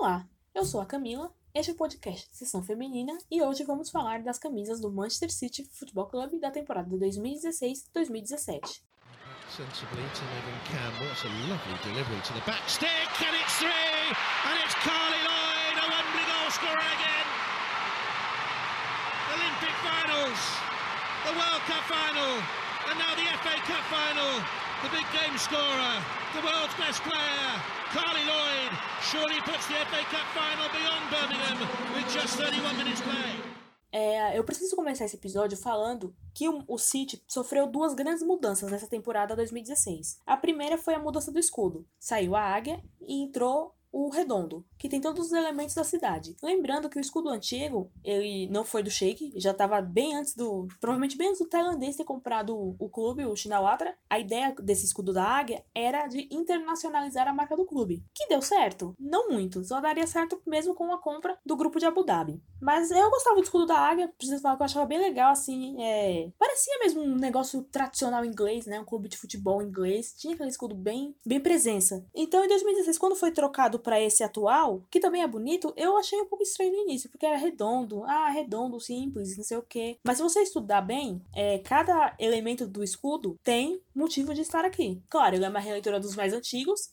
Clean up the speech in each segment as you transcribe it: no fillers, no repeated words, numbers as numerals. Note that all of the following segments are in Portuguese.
Olá, eu sou a Camila, este é o podcast Sessão Feminina e hoje vamos falar das camisas do Manchester City Football Club da temporada 2016-2017. Sensibly to Megan Campbell. It's a lovely delivery to the back stick, and it's three, and it's Carly Lloyd, a Wembley goal scorer again. Olympic finals, the World Cup final, and now the FA Cup final. The big game scorer, the world's best player, Carly Lloyd, surely puts the FA Cup final beyond Birmingham with just 31 minutes play. Eu preciso começar esse episódio falando que o City sofreu duas grandes mudanças nessa temporada 2016. A primeira foi a mudança do escudo. Saiu a águia e entrou o redondo, que tem todos os elementos da cidade. Lembrando que o escudo antigo, ele não foi do Sheik, já estava provavelmente bem antes do tailandês ter comprado o clube, o Shinawatra. A ideia desse escudo da águia era de internacionalizar a marca do clube, que deu certo? Não muito, só daria certo mesmo com a compra do grupo de Abu Dhabi. Mas eu gostava do escudo da águia, preciso falar que eu achava bem legal, assim, parecia mesmo um negócio tradicional inglês, né, um clube de futebol inglês, tinha aquele escudo bem presença. Então em 2016, quando foi trocado para esse atual, que também é bonito, eu achei um pouco estranho no início, porque era redondo, simples, não sei o que. Mas se você estudar bem, cada elemento do escudo tem motivo de estar aqui. Claro, ele é uma releitura dos mais antigos,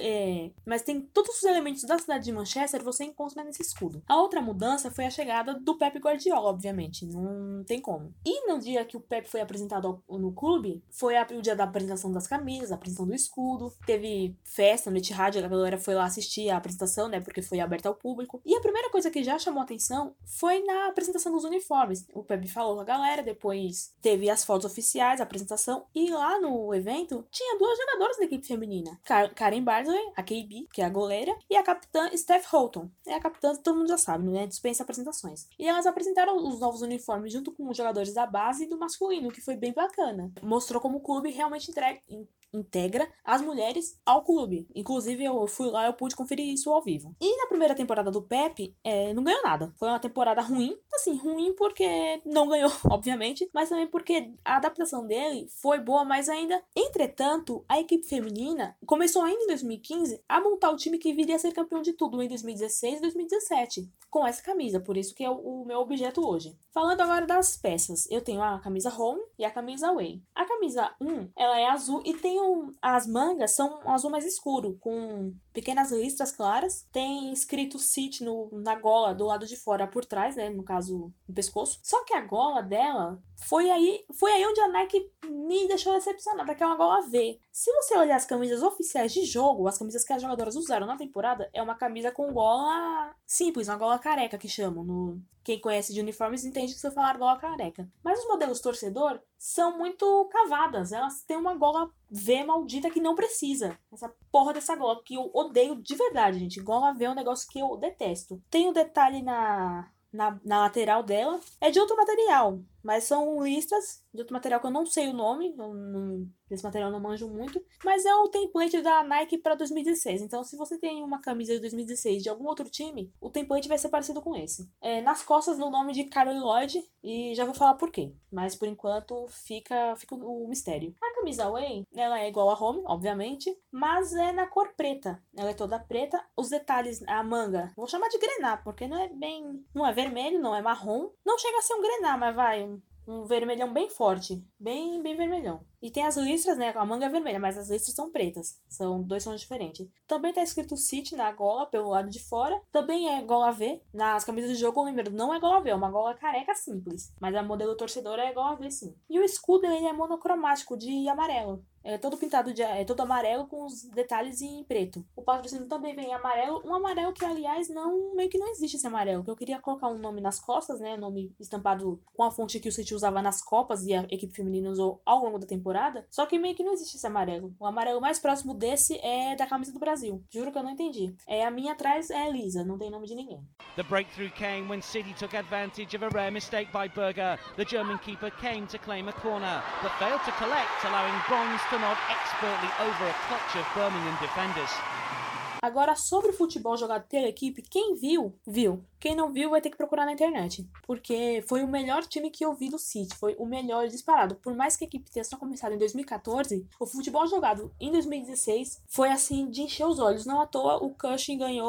mas tem todos os elementos da cidade de Manchester você encontra nesse escudo. A outra mudança foi a chegada do Pep Guardiola, obviamente, não tem como. E no dia que o Pep foi apresentado no clube, foi o dia da apresentação das camisas, a apresentação do escudo, teve festa no Etihad, a galera foi lá assistir a apresentação, né, porque foi aberta ao público. E a primeira coisa que já chamou a atenção foi na apresentação dos uniformes. O Pep falou com a galera, depois teve as fotos oficiais, a apresentação, e lá no evento tinha duas jogadoras da equipe feminina. Karen Bardsley, a KB, que é a goleira, e a capitã Steph Houghton. É a capitã, todo mundo já sabe, né, dispensa apresentações. E elas apresentaram os novos uniformes junto com os jogadores da base e do masculino, que foi bem bacana. Mostrou como o clube realmente integra as mulheres ao clube. Inclusive, eu fui lá e eu pude conferir isso ao vivo. E na primeira temporada do Pep, não ganhou nada. Foi uma temporada ruim. Assim, ruim porque não ganhou, obviamente, mas também porque a adaptação dele foi boa, mas ainda. Entretanto, a equipe feminina começou ainda em 2015 a montar o time que viria a ser campeão de tudo em 2016 e 2017, com essa camisa, por isso que é o meu objeto hoje. Falando agora das peças, eu tenho a camisa home e a camisa away. A camisa 1, ela é azul e tem as mangas são um azul mais escuro, com pequenas listras claras. Tem escrito City na gola do lado de fora por trás, né, no caso, no pescoço. Só que a gola dela foi aí onde a Nike me deixou decepcionada, que é uma gola V. Se você olhar as camisas oficiais de jogo, as camisas que as jogadoras usaram na temporada, é uma camisa com gola simples, uma gola careca que chamam. Quem conhece de uniformes entende que se eu falar gola careca. Mas os modelos torcedor são muito cavadas. Elas têm uma gola V maldita que não precisa. Essa porra dessa gola, que eu odeio de verdade, gente. Gola V é um negócio que eu detesto. Tem um detalhe na lateral dela. É de outro material, mas são listras de outro material que eu não sei o nome. Desse material eu não manjo muito. Mas é o template da Nike para 2016. Então, se você tem uma camisa de 2016 de algum outro time, o template vai ser parecido com esse. Nas costas, no nome de Carly Lloyd. E já vou falar por quê. Mas, por enquanto, fica o mistério. A camisa away, ela é igual a home, obviamente. Mas é na cor preta. Ela é toda preta. Os detalhes, a manga, vou chamar de grená, porque não é vermelho, não é marrom. Não chega a ser um grená, mas vai um vermelhão bem forte. Bem vermelhão. E tem as listras, né? A manga é vermelha, mas as listras são pretas. São dois sons diferentes. Também tá escrito City na gola, pelo lado de fora. Também é gola V. Nas camisas de jogo, lembrando, não é gola V, é uma gola careca simples. Mas a modelo torcedora é gola V, sim. E o escudo, ele é monocromático, de amarelo. É todo pintado é todo amarelo com os detalhes em preto. O patrocínio também vem em amarelo. Um amarelo que, aliás, meio que não existe esse amarelo. Que eu queria colocar um nome nas costas, né? Nome estampado com a fonte que o City usava nas Copas e a equipe feminina usou ao longo da temporada. Só que meio que não existe esse amarelo. O amarelo mais próximo desse é da camisa do Brasil. Juro que eu não entendi. A minha atrás é lisa, não tem nome de ninguém. The breakthrough came when City took advantage of a rare mistake by Berger. The German keeper came to claim a corner, but failed to collect, allowing Bronze to nod expertly over a clutch of Birmingham defenders. Agora, sobre o futebol jogado pela equipe, quem viu, viu. Quem não viu vai ter que procurar na internet. Porque foi o melhor time que eu vi do City. Foi o melhor disparado. Por mais que a equipe tenha só começado em 2014, o futebol jogado em 2016 foi assim de encher os olhos. Não à toa, o Cushing ganhou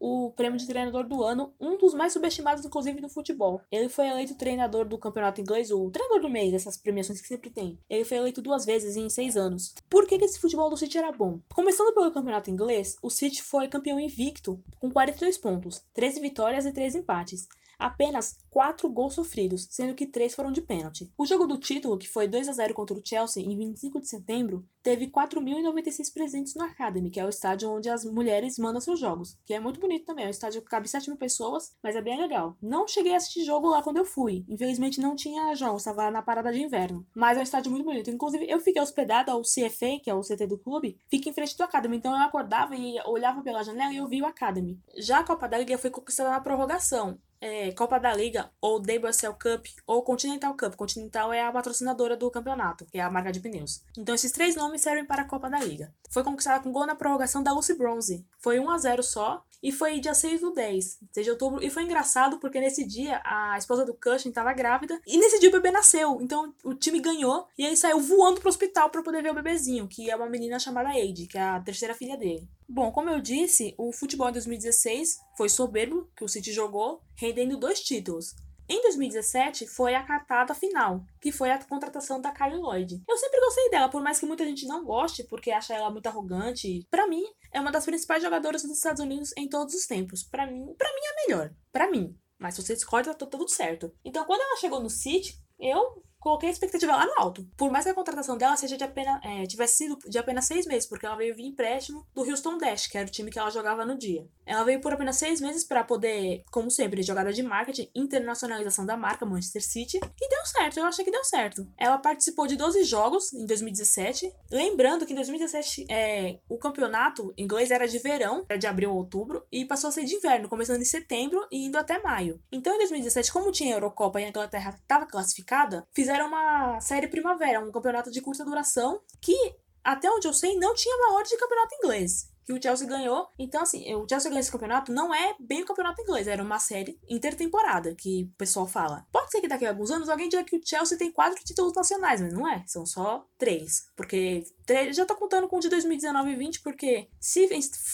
o prêmio de treinador do ano, um dos mais subestimados, inclusive, do futebol. Ele foi eleito treinador do campeonato inglês, o treinador do mês, essas premiações que sempre tem. Ele foi eleito 2 vezes em 6 anos. Por que esse futebol do City era bom? Começando pelo campeonato inglês, o City foi campeão invicto, com 42 pontos, 13 vitórias e 3 empates. Apenas 4 gols sofridos, sendo que 3 foram de pênalti. O jogo do título, que foi 2-0 contra o Chelsea em 25 de setembro, teve 4.096 presentes no Academy, que é o estádio onde as mulheres mandam seus jogos, que é muito bonito também. É um estádio que cabe 7.000 pessoas, mas é bem legal. Não cheguei a assistir jogo lá quando eu fui. Infelizmente não tinha jogos, estava na parada de inverno. Mas é um estádio muito bonito. Inclusive, eu fiquei hospedada ao CFA, que é o CT do clube, fica em frente do Academy. Então eu acordava e olhava pela janela e eu via o Academy. Já a Copa da Liga foi conquistada na prorrogação. Copa da Liga, ou WSL Cup, ou Continental Cup. Continental é a patrocinadora do campeonato, que é a marca de pneus. Então esses 3 nomes servem para a Copa da Liga. Foi conquistada com gol na prorrogação da Lucy Bronze. Foi 1-0 só, e foi dia 6/10, 6 de outubro. E foi engraçado porque nesse dia a esposa do Cushing estava grávida, e nesse dia o bebê nasceu. Então o time ganhou, e ele saiu voando pro hospital para poder ver o bebezinho, que é uma menina chamada Eide, que é a 3ª filha dele. Bom, como eu disse, o futebol em 2016 foi soberbo, que o City jogou, rendendo 2 títulos. Em 2017, foi a cartada final, que foi a contratação da Kylie Lloyd. Eu sempre gostei dela, por mais que muita gente não goste, porque acha ela muito arrogante. Pra mim, é uma das principais jogadoras dos Estados Unidos em todos os tempos. Pra mim é a melhor. Pra mim. Mas se você discorda, tá tudo certo. Então, quando ela chegou no City, eu coloquei a expectativa lá no alto. Por mais que a contratação dela seja tivesse sido de apenas 6 meses, porque ela veio via empréstimo do Houston Dash, que era o time que ela jogava no dia. Ela veio por apenas 6 meses para poder, como sempre, jogada de marketing, internacionalização da marca Manchester City. E deu certo, eu achei que deu certo. Ela participou de 12 jogos em 2017. Lembrando que em 2017 o campeonato inglês era de verão, era de abril a outubro, e passou a ser de inverno, começando em setembro e indo até maio. Então em 2017, como tinha a Eurocopa e a Inglaterra estava classificada, fizeram uma série primavera, um campeonato de curta duração, que até onde eu sei não tinha valor de campeonato inglês, que o Chelsea ganhou. Então assim, o Chelsea ganhou esse campeonato, não é bem o campeonato inglês, era uma série intertemporada, que o pessoal fala. Pode ser que daqui a alguns anos alguém diga que o Chelsea tem 4 títulos nacionais, mas não é, são só 3, porque já tô contando com o de 2019 e 20, porque se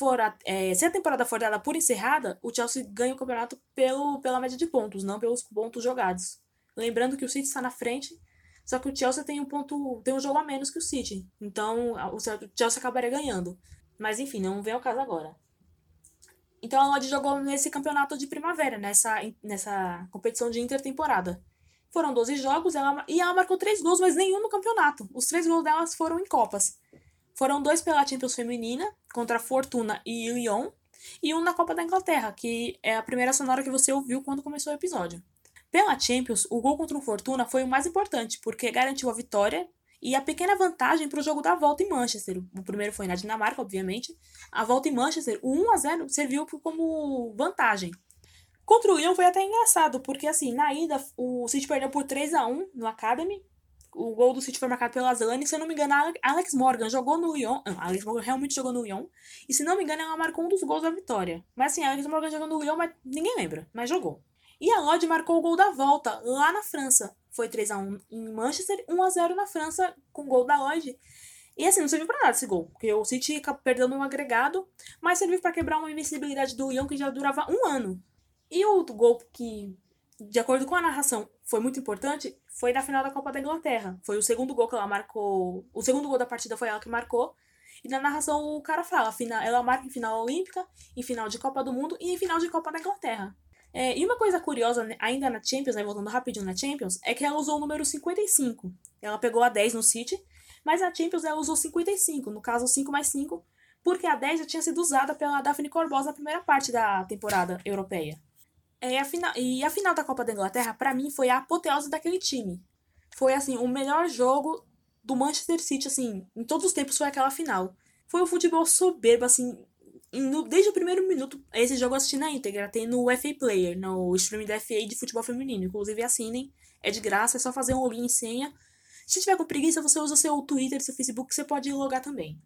a temporada for dada por encerrada, o Chelsea ganha o campeonato pela média de pontos, não pelos pontos jogados. Lembrando que o City está na frente, só que o Chelsea tem um jogo a menos que o City. Então, o Chelsea acabaria ganhando. Mas, enfim, não vem ao caso agora. Então, a Lloyd jogou nesse campeonato de primavera, nessa competição de intertemporada. Foram 12 jogos e ela marcou 3 gols, mas nenhum no campeonato. Os 3 gols delas foram em Copas. Foram 2 pela Champions Feminina, contra a Fortuna e Lyon, e um na Copa da Inglaterra, que é a primeira sonora que você ouviu quando começou o episódio. Pela Champions, o gol contra o Fortuna foi o mais importante, porque garantiu a vitória e a pequena vantagem para o jogo da volta em Manchester. O primeiro foi na Dinamarca, obviamente. A volta em Manchester, o 1-0, serviu como vantagem. Contra o Lyon foi até engraçado, porque assim, na ida, o City perdeu por 3-1 no Academy. O gol do City foi marcado pela Zlane. Se eu não me engano, a Alex Morgan jogou no Lyon. A Alex Morgan realmente jogou no Lyon. E se não me engano, ela marcou um dos gols da vitória. Mas assim, a Alex Morgan jogou no Lyon, mas ninguém lembra. Mas jogou. E a Lloyd marcou o gol da volta, lá na França. Foi 3-1 em Manchester, 1-0 na França, com o gol da Lloyd. E assim, não serviu pra nada esse gol, porque o City perdeu no agregado, mas serviu pra quebrar uma invencibilidade do Lyon que já durava 1 ano. E o gol que, de acordo com a narração, foi muito importante, foi na final da Copa da Inglaterra. Foi o segundo gol que ela marcou, o segundo gol da partida foi ela que marcou. E na narração o cara fala, ela marca em final olímpica, em final de Copa do Mundo e em final de Copa da Inglaterra. E uma coisa curiosa, ainda na Champions, voltando rapidinho na Champions, é que ela usou o número 55. Ela pegou a 10 no City, mas na Champions ela usou 55, no caso 5 mais 5, porque a 10 já tinha sido usada pela Daphne Corbosa na primeira parte da temporada europeia. E a final da Copa da Inglaterra, pra mim, foi a apoteose daquele time. Foi, assim, o melhor jogo do Manchester City, assim, em todos os tempos foi aquela final. Foi um futebol soberbo, assim. Desde o primeiro minuto, esse jogo eu assisti na íntegra, tem no FA Player, no streaming da FA de futebol feminino. Inclusive assinem, é de graça, é só fazer um login e senha. Se tiver com preguiça, você usa seu Twitter, seu Facebook, você pode logar também.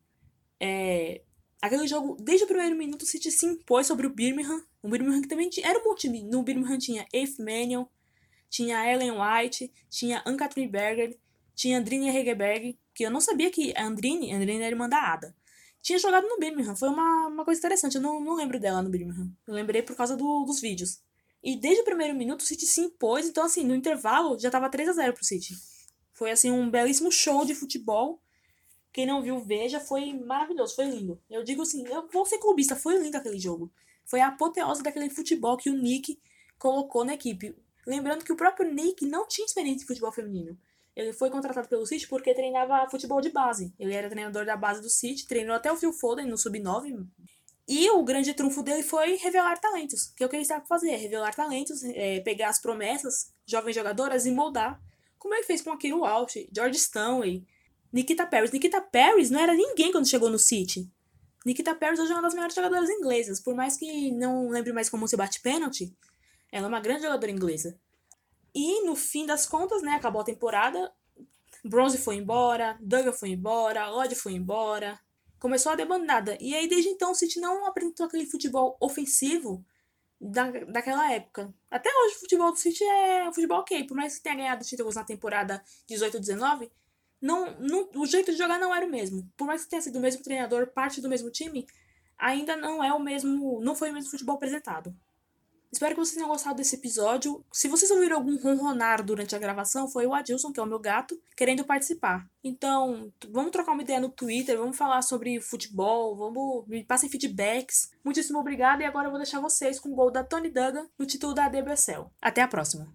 Aquele jogo, desde o primeiro minuto, o City se impôs sobre o Birmingham. O Birmingham que também era um bom time. No Birmingham tinha Eif Mannion, tinha Ellen White, tinha Ann-Katrin Berger, tinha Andrine Hegerberg, que eu não sabia que a Andrine era irmã da Ada. tinha jogado no Birmingham. Foi uma coisa interessante. Eu não lembro dela no Birmingham. Eu lembrei por causa dos vídeos. E desde o primeiro minuto o City se impôs. Então, assim, no intervalo já tava 3-0 pro City. Foi, assim, um belíssimo show de futebol. Quem não viu, veja. Foi maravilhoso, foi lindo. Eu digo assim, eu vou ser clubista. Foi lindo aquele jogo. Foi a apoteose daquele futebol que o Nick colocou na equipe. Lembrando que o próprio Nick não tinha experiência em futebol feminino. Ele foi contratado pelo City porque treinava futebol de base. Ele era treinador da base do City, treinou até o Phil Foden no Sub-9. E o grande trunfo dele foi revelar talentos. Que é o que ele sabe fazer, revelar talentos, pegar as promessas, jovens jogadoras e moldar. Como ele fez com a Kira Walsh, George Stanley, Nikita Parris. Nikita Parris não era ninguém quando chegou no City. Nikita Parris hoje é uma das melhores jogadoras inglesas. Por mais que não lembre mais como se bate pênalti, ela é uma grande jogadora inglesa. E, no fim das contas, né, acabou a temporada, Bronze foi embora, Duggan foi embora, Lodge foi embora, começou a debandada. E aí, desde então, o City não apresentou aquele futebol ofensivo daquela época. Até hoje, o futebol do City é um futebol ok, por mais que tenha ganhado títulos na temporada 18-19, o jeito de jogar não era o mesmo. Por mais que tenha sido o mesmo treinador, parte do mesmo time, ainda não foi o mesmo futebol apresentado. Espero que vocês tenham gostado desse episódio. Se vocês ouviram algum ronronar durante a gravação, foi o Adilson, que é o meu gato, querendo participar. Então, vamos trocar uma ideia no Twitter, vamos falar sobre futebol, me passem feedbacks. Muitíssimo obrigada e agora eu vou deixar vocês com o gol da Toni Duggan no título da WSL. Até a próxima.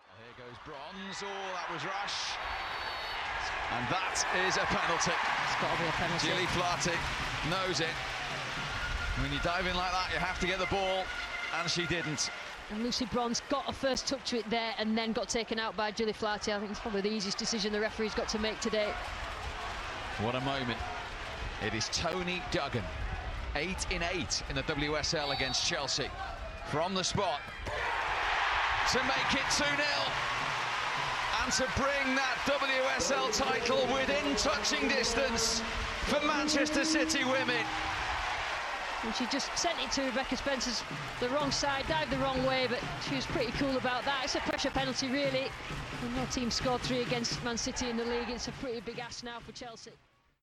And that is a penalty. It's got to be a penalty. Gilly Flaherty knows it. When you dive in like that, you have to get the ball. And she didn't. And Lucy Bronze got a first touch to it there and then got taken out by Gilly Flaherty. I think it's probably the easiest decision the referee's got to make today. What a moment. It is Toni Duggan. 8 in 8 in the WSL against Chelsea. From the spot to make it 2-0. And to bring that WSL title within touching distance for Manchester City women. And she just sent it to Rebecca Spencer's the wrong side, dived the wrong way, but she was pretty cool about that. It's a pressure penalty, really. And no team scored 3 against Man City in the league. It's a pretty big ask now for Chelsea.